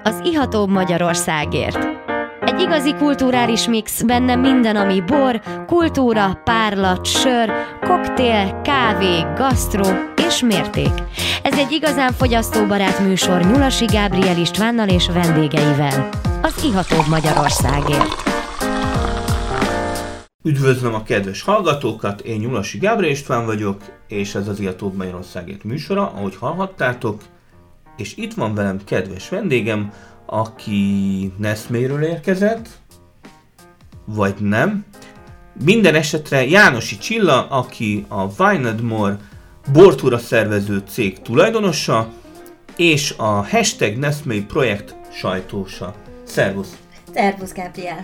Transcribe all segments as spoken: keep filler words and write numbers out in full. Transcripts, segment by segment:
az ihatóbb Magyarországért. Egy igazi kulturális mix, benne minden, ami bor, kultúra, párlat, sör, koktél, kávé, gasztró és mérték. Ez egy igazán fogyasztóbarát műsor Nyulasi Gábriel Istvánnal és vendégeivel. Az ihatóbb Magyarországért. Üdvözlöm a kedves hallgatókat, én Nyulasi Gábriel István vagyok, és ez az ihatóbb Magyarországért műsora, ahogy hallhattátok, és itt van velem kedves vendégem, aki Neszmélyről érkezett, vagy nem. Minden esetre Jánosi Csilla, aki a Wine and More bortúra szervező cég tulajdonosa, és a hashtag Neszmély projekt sajtósa. Szervusz! Szervusz, Gábriel!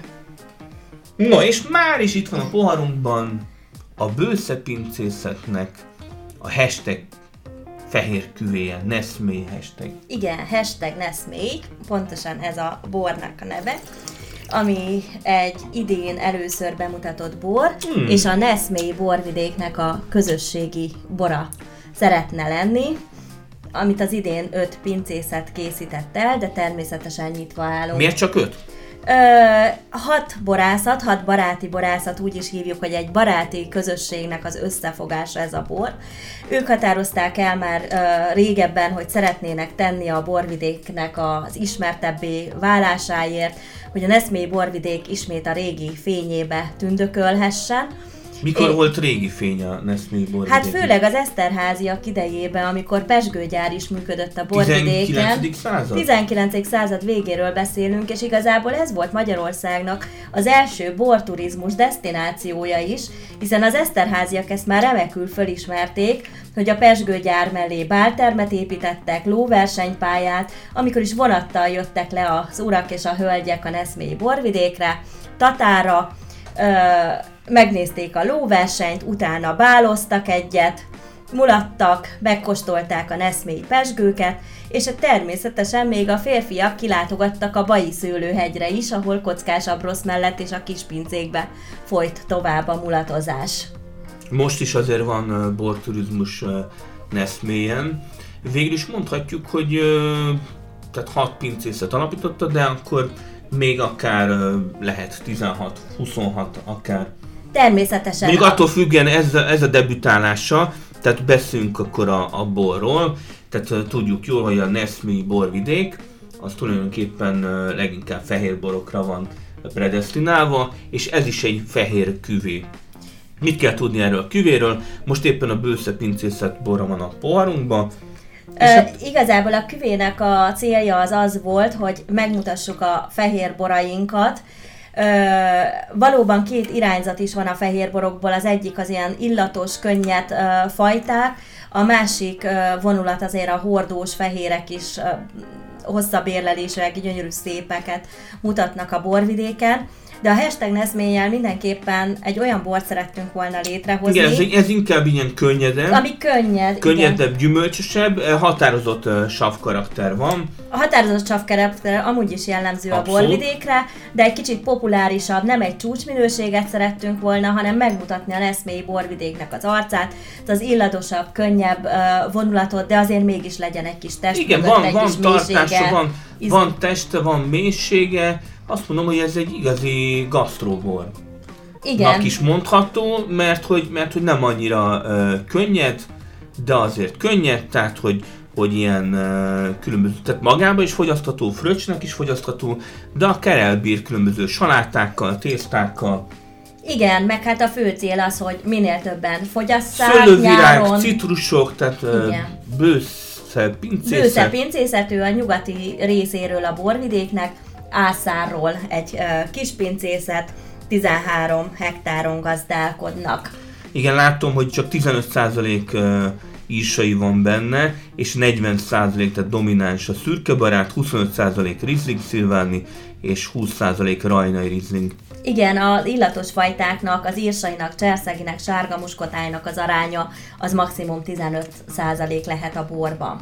No, és már is itt van a poharunkban a bőszepincészetnek a hashtag fehér küvéje, Neszmély hashtag. Igen, hashtag Neszmély, pontosan ez a bornak a neve, ami egy idén először bemutatott bor, hmm. és a Neszmély borvidéknek a közösségi bora szeretne lenni, amit az idén öt pincészet készített el, de természetesen nyitva állunk. Miért csak öt? Ö, hat borászat, hat baráti borászat, úgy is hívjuk, hogy egy baráti közösségnek az összefogása ez a bor. Ők határozták el már ö, régebben, hogy szeretnének tenni a borvidéknek az ismertebbé válásáért, hogy a Neszmély borvidék ismét a régi fényébe tündökölhessen. Mikor É, volt régi fény a Neszmély borvidéken? Hát főleg az Eszterházyak idejében, amikor pezsgőgyár is működött a borvidéken. tizenkilencedik század? tizenkilencedik század végéről beszélünk, és igazából ez volt Magyarországnak az első borturizmus desztinációja is, hiszen az Eszterházyak ezt már remekül fölismerték, hogy a pezsgőgyár mellé báltermet építettek, lóversenypályát, amikor is vonattal jöttek le az urak és a hölgyek a Neszmély borvidékre, Tatára, ö- megnézték a lóversenyt, utána báloztak egyet, mulattak, megkóstolták a neszmélyi pezsgőket, és természetesen még a férfiak kilátogattak a Bai szőlőhegyre is, ahol Kockás Abrosz mellett és a kispincékbe folyt tovább a mulatozás. Most is azért van borturizmus Neszmélyen. Végül is mondhatjuk, hogy tehát hat pincészet alapította, de akkor még akár lehet tizenhat, huszonhat akár. Természetesen. Még attól függően ez a, ez a debütálása, tehát beszélünk akkor a, a borról, tehát uh, tudjuk jól, hogy a Neszmély borvidék, az tulajdonképpen uh, leginkább fehér borokra van predesztinálva, és ez is egy fehér küvé. Mit kell tudni erről a küvéről? Most éppen a bőszepincészet borra van a poharunkban. Ö, hát... Igazából a küvének a célja az az volt, hogy megmutassuk a fehér borainkat. Ö, valóban két irányzat is van a fehérborokból, az egyik az ilyen illatos, könnyed ö, fajták, a másik ö, vonulat azért a hordós fehérek is ö, hosszabb érlelésűek, gyönyörű szépeket mutatnak a borvidéken. De a hashtag Neszmélyel mindenképpen egy olyan bort szerettünk volna létrehozni. Igen, ez, ez inkább ilyen könnyedebb. Ami könnyed, Könnyedebb, igen. Gyümölcsösebb, határozott uh, savkarakter van. A határozott savkarakter amúgy is jellemző Abszolút. A borvidékre, de egy kicsit populárisabb, nem egy csúcsminőséget szerettünk volna, hanem megmutatni a Neszmélyi borvidéknek az arcát, az illatosabb, könnyebb uh, vonulatot, de azért mégis legyen egy kis test. Igen, mögött, van, egy van kis tartása, mélysége, van, iz... van teste, van mélysége. Azt mondom, hogy ez egy igazi gasztróbor. Igen. Nak is mondható, mert hogy, mert hogy nem annyira uh, könnyed, de azért könnyed, tehát hogy, hogy ilyen uh, különböző, tehát magában is fogyasztható, fröccsnek is fogyasztható, de akár elbír különböző salátákkal, tésztákkal. Igen, meg hát a fő cél az, hogy minél többen fogyasszák Szőlővirág, nyáron. citrusok, tehát uh, bősze pincészet. Bősze pincészet, ő a nyugati részéről a borvidéknek, Ászárról egy uh, kis pincészet, tizenhárom hektáron gazdálkodnak. Igen, látom, hogy csak tizenöt százalék uh, írsai van benne, és negyven százalék, tehát domináns a szürkebarát, huszonöt százalék Riesling Szilváni, és húsz százalék rajnai Riesling. Igen, az illatos fajtáknak, az írsainak, cserszeginek, sárga muskotájnak az aránya az maximum tizenöt százalék lehet a borban.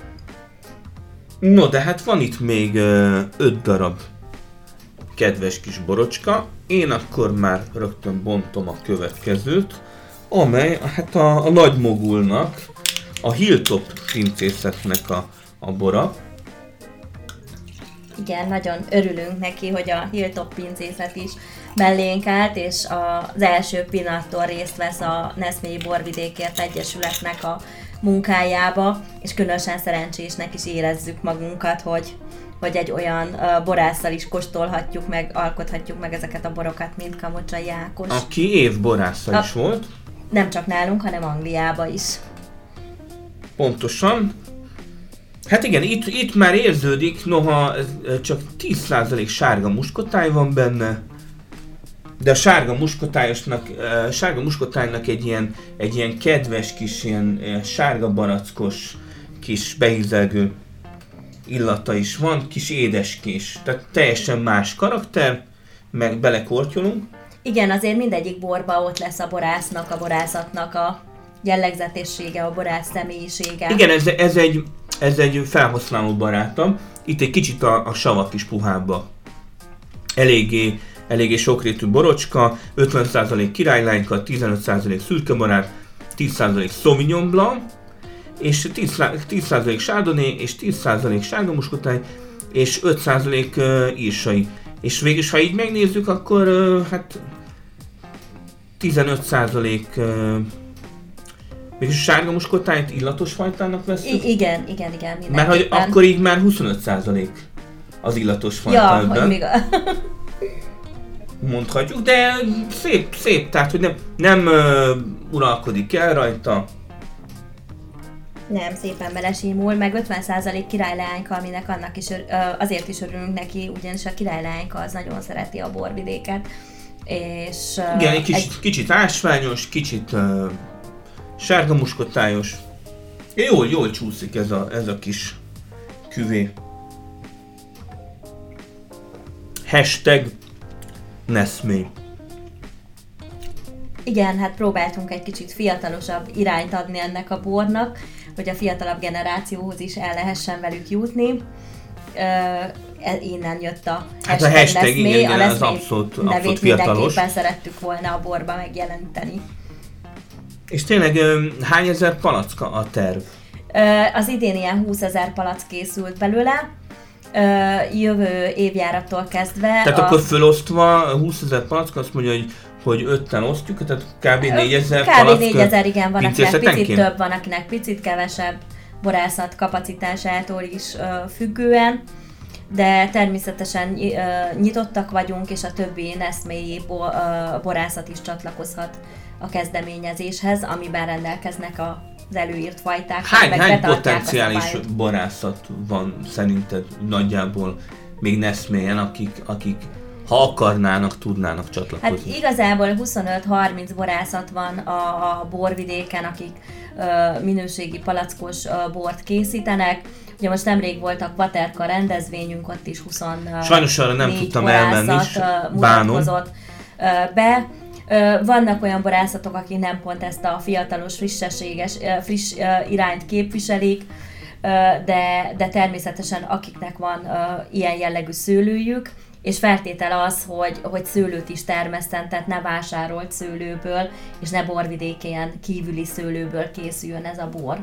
No, de hát van itt még öt darab kedves kis borocska. Én akkor már rögtön bontom a következőt, amely hát a, a Nagy Mogulnak, a Hilltop pincészetnek a, a bora. Igen, nagyon örülünk neki, hogy a Hilltop pincészet is mellénk állt, és az első pillanattól részt vesz a Neszmélyi Borvidékért Egyesületnek a munkájába, és különösen szerencsésnek is érezzük magunkat, hogy, hogy egy olyan uh, borásszal is kóstolhatjuk meg, alkothatjuk meg ezeket a borokat, mint Kamocsai Ákos. Aki évborásza is volt. Nem csak nálunk, hanem Angliába is. Pontosan. Hát igen, itt, itt már érződik, noha csak tíz százalék sárga muskotály van benne, de a sárga muskotályosnak, sárga muskotálynak egy ilyen, egy ilyen kedves kis, ilyen sárga barackos, kis beízelgő illata is van, kis édeskés, tehát teljesen más karakter, meg belekortyolunk. Igen, azért mindegyik borba ott lesz a borásznak, a borászatnak a jellegzetessége, a borász személyisége. Igen, ez, ez, egy, ez egy felhasználó barátom. Itt egy kicsit a, a savak is puhábbak. Eléggé, eléggé sokrétű borocska, ötven százalék királylányka, tizenöt százalék szürkebarát, tíz százalék Sauvignon Blanc, és tíz százalék Chardonnay, és tíz százalék sárga muskotály, és öt százalék uh, írsai. És végülis, ha így megnézzük, akkor uh, hát tizenöt százalék uh, végülis sárga muskotályt illatos fajtának veszünk? I- igen, igen, igen, mindenképpen. Mert hogy akkor így már huszonöt százalék az illatos fajta ja, ebben. hogy még a... Mondhatjuk, de szép, szép, tehát hogy nem, nem uh, uralkodik el rajta. Nem, szépen belesímul, meg ötven százalék királyleányka, aminek annak is ör- azért is örülünk neki, ugyanis a királyleányka az nagyon szereti a borvidéket. És, igen, egy kicsit, egy... kicsit ásványos, kicsit uh, sárga muskotályos. Jól, jól csúszik ez a, ez a kis küvé. Hashtag Neszmély. Igen, hát próbáltunk egy kicsit fiatalosabb irányt adni ennek a bornak, hogy a fiatalabb generációhoz is el lehessen velük jutni. Uh, innen jött a hát hashtag, a hashtag Neszmély, igen, a igen, az Neszmély abszolút, nevét abszolút fiatalos. mindenképpen szerettük volna a borba megjelenteni. És tényleg hány ezer palacka a terv? Uh, az idén ilyen húszezer palack készült belőle. Uh, jövő évjárattól kezdve... Tehát a... akkor fölosztva húszezer palack, azt mondja, hogy, hogy ötten osztjuk, tehát kb. négyezer palack. kb. négyezer, igen, van akinek picit több, több, van akinek picit kevesebb borászat kapacitásától is uh, függően, de természetesen uh, nyitottak vagyunk, és a többi neszmélyi bo- uh, borászat is csatlakozhat a kezdeményezéshez, amiben rendelkeznek a az előírt fajták. Hány, meg hány betartják potenciális borászat van szerinted nagyjából még Neszmélyen, akik, akik ha akarnának, tudnának csatlakozni? Hát igazából huszonöt-harminc borászat van a, a borvidéken, akik ö, minőségi palackos ö, bort készítenek. Ugye most nemrég voltak Baterka rendezvényünk, ott is huszonnégy Sajnos arra nem tudtam elmenni, is mutatkozott ö, be. Vannak olyan borászatok, akik nem pont ezt a fiatalos, frissességes, friss irányt képviselik, de, de természetesen akiknek van ilyen jellegű szőlőjük, és feltétel az, hogy, hogy szőlőt is termeszten, tehát ne vásárolt szőlőből, és ne borvidéken kívüli szőlőből készüljön ez a bor.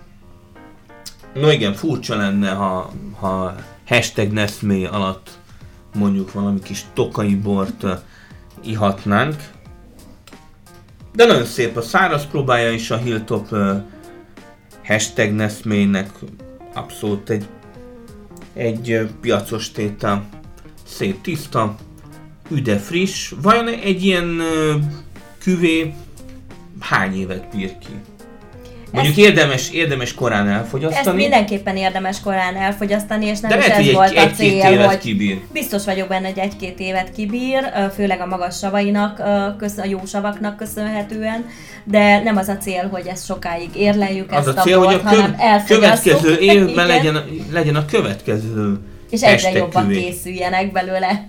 No igen, furcsa lenne, ha, ha hashtag Neszmély alatt mondjuk valami kis tokai bort ihatnánk. De nagyon szép a száraz próbája is a Hilltop uh, hashtag Neszmélynek, abszolút egy, egy uh, piacos tétel, szép tiszta, üde friss. Vajon egy ilyen uh, küvé hány évet bír ki? Mondjuk ezt, érdemes, érdemes korán elfogyasztani. Ezt mindenképpen érdemes korán elfogyasztani, és nem de is lehet, ez egy, volt egy, a cél, egy hogy kibír. Biztos vagyok benne, hogy egy-két évet kibír, főleg a magas savainak, a jó savaknak köszönhetően, de nem az a cél, hogy ezt sokáig érleljük, az ezt a, cél, a bort, hogy a köv- hanem elfogyasszuk. következő évben legyen, legyen a következő és egyre küvé. jobban készüljenek belőle.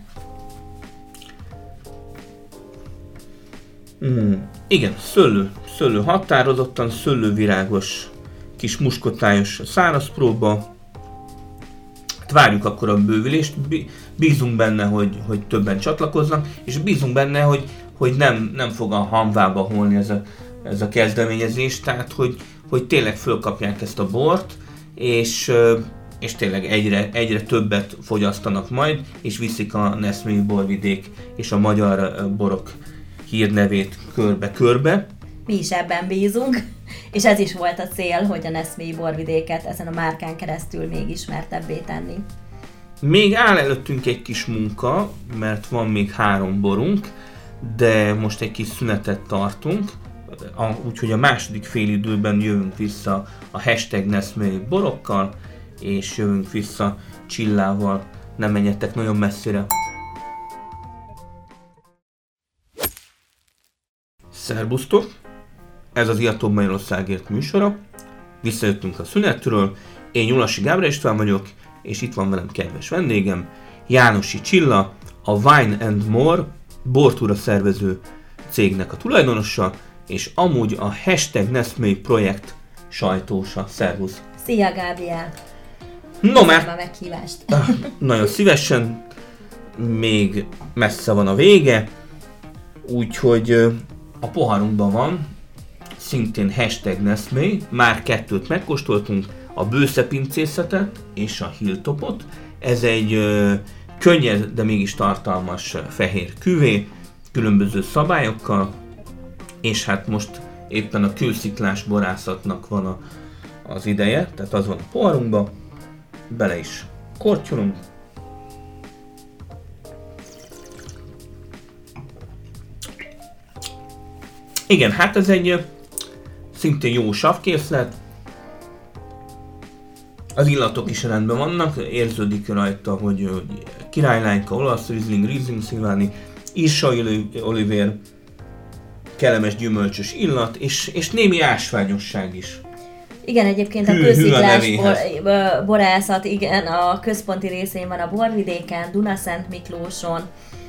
Mm. Igen, szőlő. Szőlő határozottan, szőlővirágos, kis muskotályos száraz próba. Hát várjuk akkor a bővülést, bízunk benne, hogy, hogy többen csatlakoznak, és bízunk benne, hogy, hogy nem, nem fog a hamvába holni ez a, ez a kezdeményezés, tehát hogy, hogy tényleg fölkapják ezt a bort, és, és tényleg egyre, egyre többet fogyasztanak majd, és viszik a Neszmélyi borvidék és a magyar borok hírnevét körbe-körbe. Mi is ebben bízunk, és ez is volt a cél, hogy a Neszmélyi borvidéket ezen a márkán keresztül még ismertebbé tenni. Még áll előttünk egy kis munka, mert van még három borunk, de most egy kis szünetet tartunk, úgyhogy a második félidőben jövünk vissza a hashtag Neszmélyi borokkal, és jövünk vissza Csillával. Nem menjetek nagyon messzire. Szerbusztok! Ez az Iatóbb Magyarországért műsora. Visszajöttünk a szünetről. Én Nyulasi Gábor István vagyok, és itt van velem kedves vendégem, Jánosi Csilla, a Wine and More bortúra szervező cégnek a tulajdonosa, és amúgy a hashtag Neszmélyi projekt sajtósa. Szervusz! Szia, Gábriel! No már! A meghívást. Nagyon szívesen, még messze van a vége, úgyhogy a poharunkban van, szintén hashtag Neszmélyi, már kettőt megkóstoltunk, a bőszepincészetet és a hilltopot. Ez egy ö, könnyed, de mégis tartalmas fehér küvé, különböző szabályokkal, és hát most éppen a kősziklás borászatnak van a, az ideje, tehát az van a poharunkban, bele is kortyolunk. Igen, hát ez egy szintén jó savkészlet, az illatok is rendben vannak, érződik rajta, hogy királylányka, olasz rizling, Riesling szilváni, írsai olivér, kellemes gyümölcsös illat, és, és némi ásványosság is. Igen, egyébként a Hű, kősziklás hű a bor, borászat, igen, a központi részén van a borvidéken, Dunaszent Miklóson,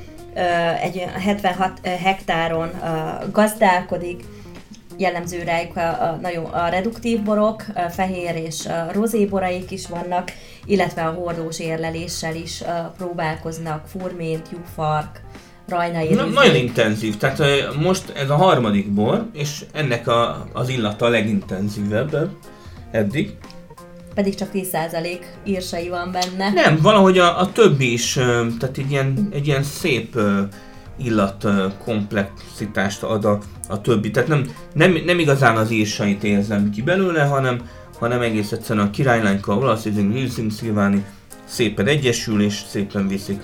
egy hetvenhat hektáron gazdálkodik, jellemző rájuk a, a, nagyon a reduktív borok, a fehér és a rozé boraik is vannak, illetve a hordós érleléssel is uh, próbálkoznak, furmént, jufark, rajnai. Na, nagyon intenzív, tehát uh, most ez a harmadik bor, és ennek a, az illata a legintenzívebb eddig. Pedig csak tíz százalék írsai van benne. Nem, valahogy a, a többi is, uh, tehát egy ilyen, egy ilyen szép uh, illat uh, komplexitást ad a, a többi. Tehát nem, nem, nem igazán az írsait érzem ki belőle, hanem, hanem egész egyszerűen a királylányka, olasz rizling, Riesling szilváni szépen egyesül és szépen viszik.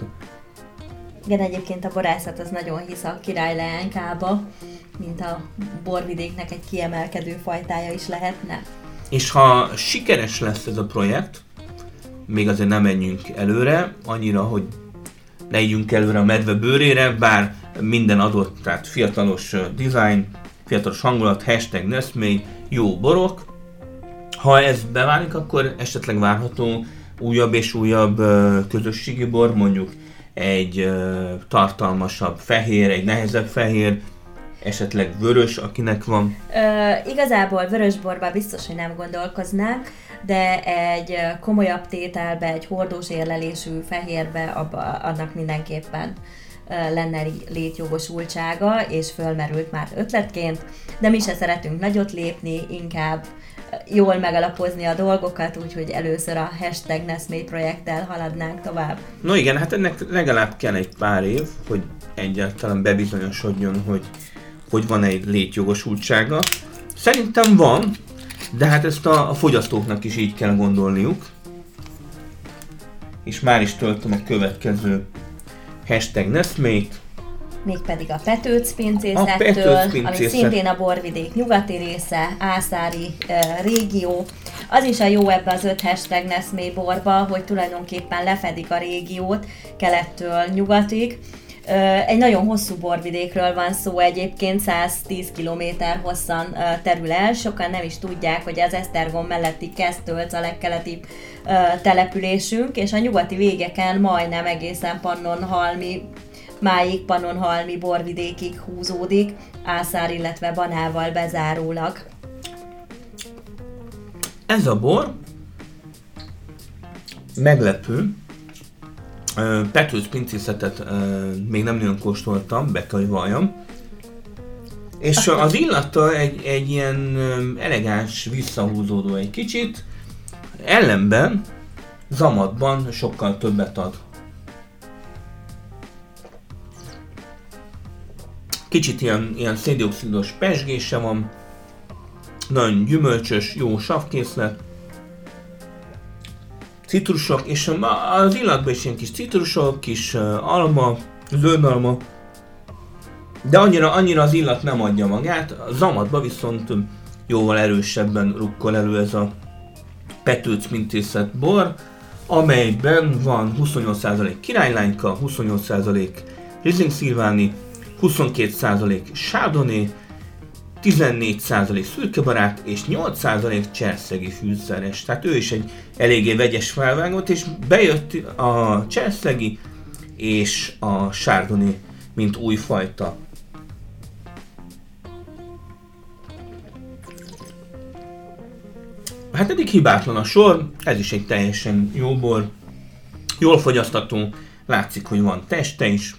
Igen, egyébként a borászat az nagyon hisz a királylánykába, mint a borvidéknek egy kiemelkedő fajtája is lehetne. És ha sikeres lesz ez a projekt, még azért nem menjünk előre, annyira, hogy ne ígyünk előre a medve bőrére, bár minden adott, tehát fiatalos design, fiatalos hangulat, hashtag Neszmélyi, jó borok. Ha ez beválik, akkor esetleg várható újabb és újabb közösségi bor, mondjuk egy tartalmasabb fehér, egy nehezebb fehér, esetleg vörös, akinek van. Ö, igazából vörösborban biztos, hogy nem gondolkoznánk, de egy komolyabb tételbe, egy hordós érlelésű fehérbe, abba, annak mindenképpen lenne létjogosultsága, és fölmerült már ötletként, de mi se szeretünk nagyot lépni, inkább jól megalapozni a dolgokat, úgyhogy először a hashtag Neszmélyi projekttel haladnánk tovább. No igen, hát ennek legalább kell egy pár év, hogy egyáltalán bebizonyosodjon, hogy, hogy van egy létjogosultsága. Szerintem van, de hát ezt a, a fogyasztóknak is így kell gondolniuk. És már is töltöm a következő hashtag Neszmélyt. Mégpedig a Petőc pincészettől, ami szintén a borvidék nyugati része, ászári e, régió. Az is a jó ebbe az öt hashtag Neszmélyi borba, hogy tulajdonképpen lefedik a régiót kelettől nyugatig. E, egy nagyon hosszú borvidékről van szó, egyébként száztíz kilométer hosszan e, terül el. Sokan nem is tudják, hogy az Esztergom melletti Kesztölc a legkeletibb e, településünk, és a nyugati végeken majdnem egészen Pannonhalmi máig Pannonhalmi borvidékig húzódik, Ászár, illetve Banával bezárólag. Ez a bor meglepő. Petőc pincészetet még nem nagyon kóstoltam, be kell, hogy valljam. És az illata egy, egy ilyen elegáns, visszahúzódó egy kicsit. Ellenben zamatban sokkal többet ad. Kicsit ilyen, ilyen széndioxidos pezsgése van, nagyon gyümölcsös, jó savkészlet, citrusok, és az illatban is ilyen kis citrusok, kis alma, zöld alma, de annyira, annyira az illat nem adja magát, a zamatban viszont jóval erősebben rukkol elő ez a Petőc Pincészet bor, amelyben van huszonnyolc százalék királylányka, huszonnyolc százalék Riesling Szilváni, huszonkét százalék Chardonnay, tizennégy százalék szürkebarát és nyolc százalék cserszegi fűszeres. Tehát ő is egy eléggé vegyes felvágott, és bejött a cserszegi és a Chardonnay, mint új fajta. Hát eddig hibátlan a sor, ez is egy teljesen jó bor, jól fogyasztható, látszik, hogy van teste is.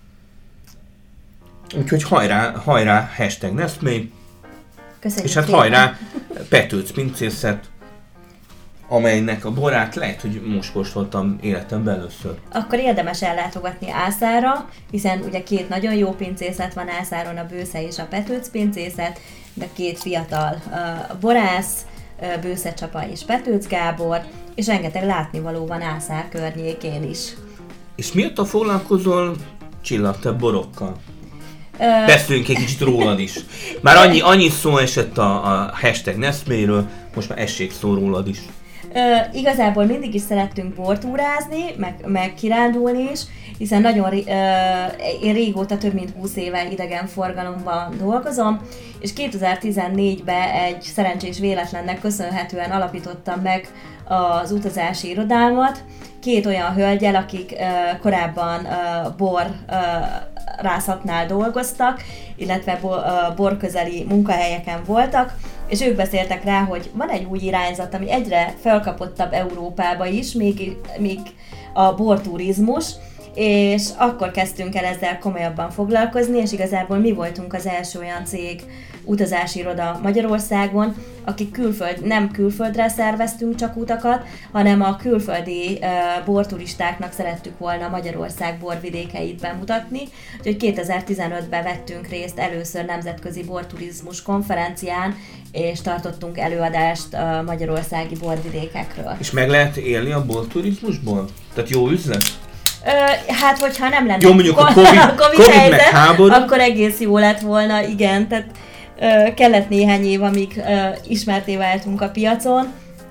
Úgyhogy hajrá, hajrá, hashtag Neszmé, és hát szépen. hajrá, Petőc Pincészet, amelynek a borát lehet, hogy most kóstoltam életemben először. Akkor érdemes ellátogatni Ászára, hiszen ugye két nagyon jó pincészet van Ászáron, a Bősze és a Petőc Pincészet, de két fiatal uh, borász, uh, Bősze Csaba és Petőc Gábor, és rengeteg látnivaló van Ászár környékén is. És mióta foglalkozol Csilla, te borokkal? Uh, Beszéljünk egy kicsit rólad is. Már annyi, annyi szó esett a, a hashtag Neszméről, most már essék szó rólad is. Uh, igazából mindig is szerettünk bortúrázni, meg, meg kirándulni is, hiszen nagyon uh, én régóta, több mint húsz éve idegenforgalomban dolgozom, és kétezer-tizennégyben egy szerencsés véletlennek köszönhetően alapítottam meg az utazási irodalmat, két olyan hölgyel, akik uh, korábban uh, bor uh, rászatnál dolgoztak, illetve bo- uh, borközeli munkahelyeken voltak, és ők beszéltek rá, hogy van egy új irányzat, ami egyre felkapottabb Európába is, még, még a borturizmus, és akkor kezdtünk el ezzel komolyabban foglalkozni, és igazából mi voltunk az első olyan cég, utazási iroda Magyarországon, akik külföld, nem külföldre szerveztünk csak utakat, hanem a külföldi uh, borturistáknak szerettük volna Magyarország borvidékeit bemutatni. Úgyhogy kétezer-tizenötben vettünk részt először nemzetközi borturizmus konferencián, és tartottunk előadást a magyarországi borvidékekről. És meg lehet élni a borturizmusból? Tehát jó üzlet? Ö, hát, hogyha nem lenne jó, mondjuk a Covid, a COVID, COVID helyzet, meg háború, akkor egész jó lett volna, igen, tehát ö, kellett néhány év, amíg ö, ismerté váltunk a piacon,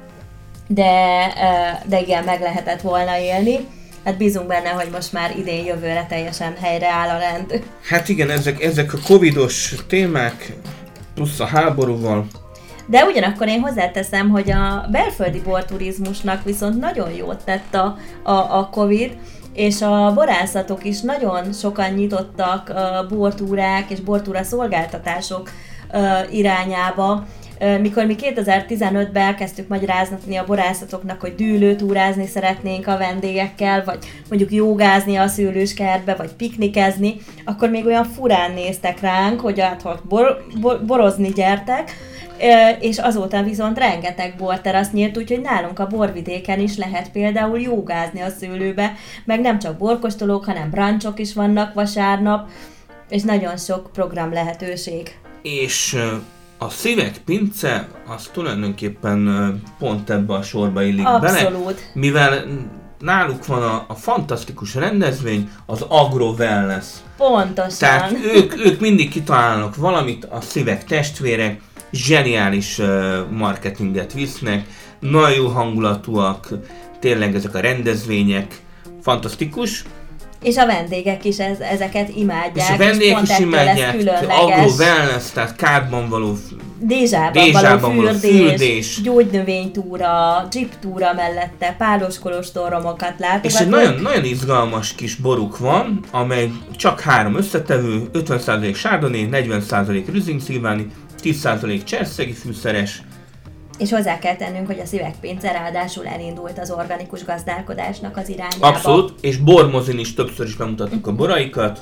de, ö, de igen, meg lehetett volna élni. Hát bízunk benne, hogy most már idén, jövőre teljesen helyreáll a rend. Hát igen, ezek, ezek a covidos témák, plusz a háborúval. De ugyanakkor én hozzáteszem, hogy a belföldi borturizmusnak viszont nagyon jót tett a, a, a Covid, és a borászatok is nagyon sokan nyitottak uh, bortúrák és bortúra szolgáltatások uh, irányába. Uh, mikor mi kétezer-tizenötben elkezdtük magyarázni a borászatoknak, hogy dűlőtúrázni szeretnénk a vendégekkel, vagy mondjuk jogázni a szőlőskertbe, vagy piknikezni, akkor még olyan furán néztek ránk, hogy hát, hogy bor, bor, borozni gyertek, és azóta viszont rengeteg borterasz nyílt, úgyhogy nálunk a borvidéken is lehet például jogázni a szőlőbe, meg nem csak borkostolók, hanem brunchok is vannak vasárnap, és nagyon sok program lehetőség. És a Szívek Pince, az tulajdonképpen pont ebbe a sorba illik bele. Abszolút. Mivel náluk van a, a fantasztikus rendezvény, az Agro Wellness. Pontosan. Tehát ők, ők mindig kitalálnak valamit, a Szívek testvérek, zseniális uh, marketinget visznek, nagyon jó hangulatúak, tényleg ezek a rendezvények, fantasztikus. És a vendégek is ez, ezeket imádják, és a vendégek és is imádják, Agro Wellness, tehát kádban való, dézsában, dézsában való való fürdés, fürdés, gyógynövénytúra, jeep-túra mellette, pálos kolostoromokat látogatunk. És egy nagyon, nagyon izgalmas kis boruk van, amely csak három összetevő, ötven százalék Chardonnay, negyven százalék Riesling Szilváni, tíz százalék cserszegi fűszeres. És hozzá kell tennünk, hogy a Szívek Pince ráadásul elindult az organikus gazdálkodásnak az irányába. Abszolút, és bormozin is többször is bemutattuk a boraikat.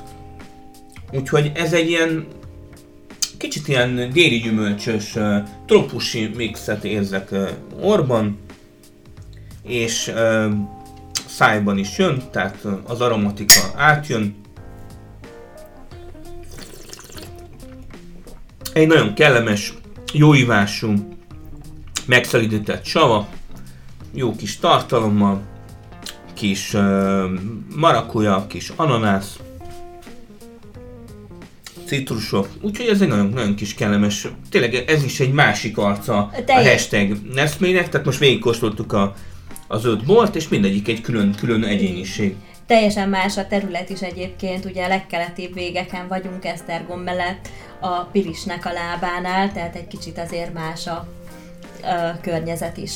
Úgyhogy ez egy ilyen kicsit ilyen déli gyümölcsös, uh, tropusi mixet érzek uh, orban. és ö, szájban is jön, tehát az aromatika átjön. Egy nagyon kellemes, jó ívású, megszelídített sava, jó kis tartalommal, kis uh, marakuja, kis ananász, citrusok, úgyhogy ez egy nagyon, nagyon kis kellemes, tényleg ez is egy másik arca a hashtag Nesmének, tehát most végigkóstoltuk a, az öt bort, és mindegyik egy külön, külön egyéniség. Teljesen más a terület is egyébként, ugye a legkeletibb végeken vagyunk, Esztergom mellett a Pilisnek a lábánál, tehát egy kicsit azért más a, a környezet is.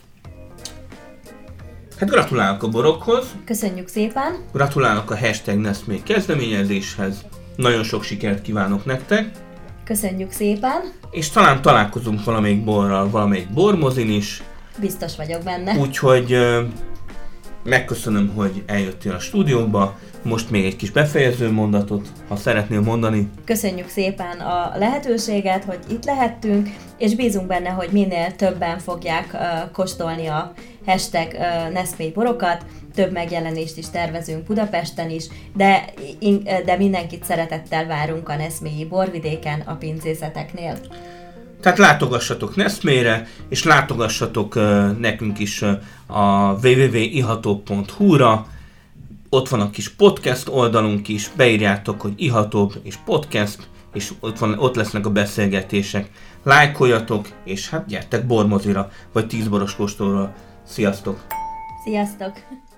Hát gratulálok a borokhoz. Köszönjük szépen. Gratulálok a hashtag Nesmé kezdeményezéshez. Nagyon sok sikert kívánok nektek. Köszönjük szépen. És talán találkozunk valamelyik borral, valamelyik bormozin is. Biztos vagyok benne. Úgyhogy megköszönöm, hogy eljöttél a stúdióba. Most még egy kis befejező mondatot, ha szeretnél mondani. Köszönjük szépen a lehetőséget, hogy itt lehettünk, és bízunk benne, hogy minél többen fogják uh, kóstolni a hashtag uh, Nesmé borokat. Több megjelenést is tervezünk Budapesten is, de, in, de mindenkit szeretettel várunk a Nesméi borvidéken, a pincészeteknél. Tehát látogassatok Nesmére, és látogassatok uh, nekünk is uh, a double-u double-u double-u pont iható pont hu-ra. Ott van a kis podcast oldalunk is, beírjátok, hogy ihatóbb és podcast, és ott, van, ott lesznek a beszélgetések. Lájkoljatok, és hát gyertek bormozira, vagy tíz boros kóstolóra. Sziasztok! Sziasztok!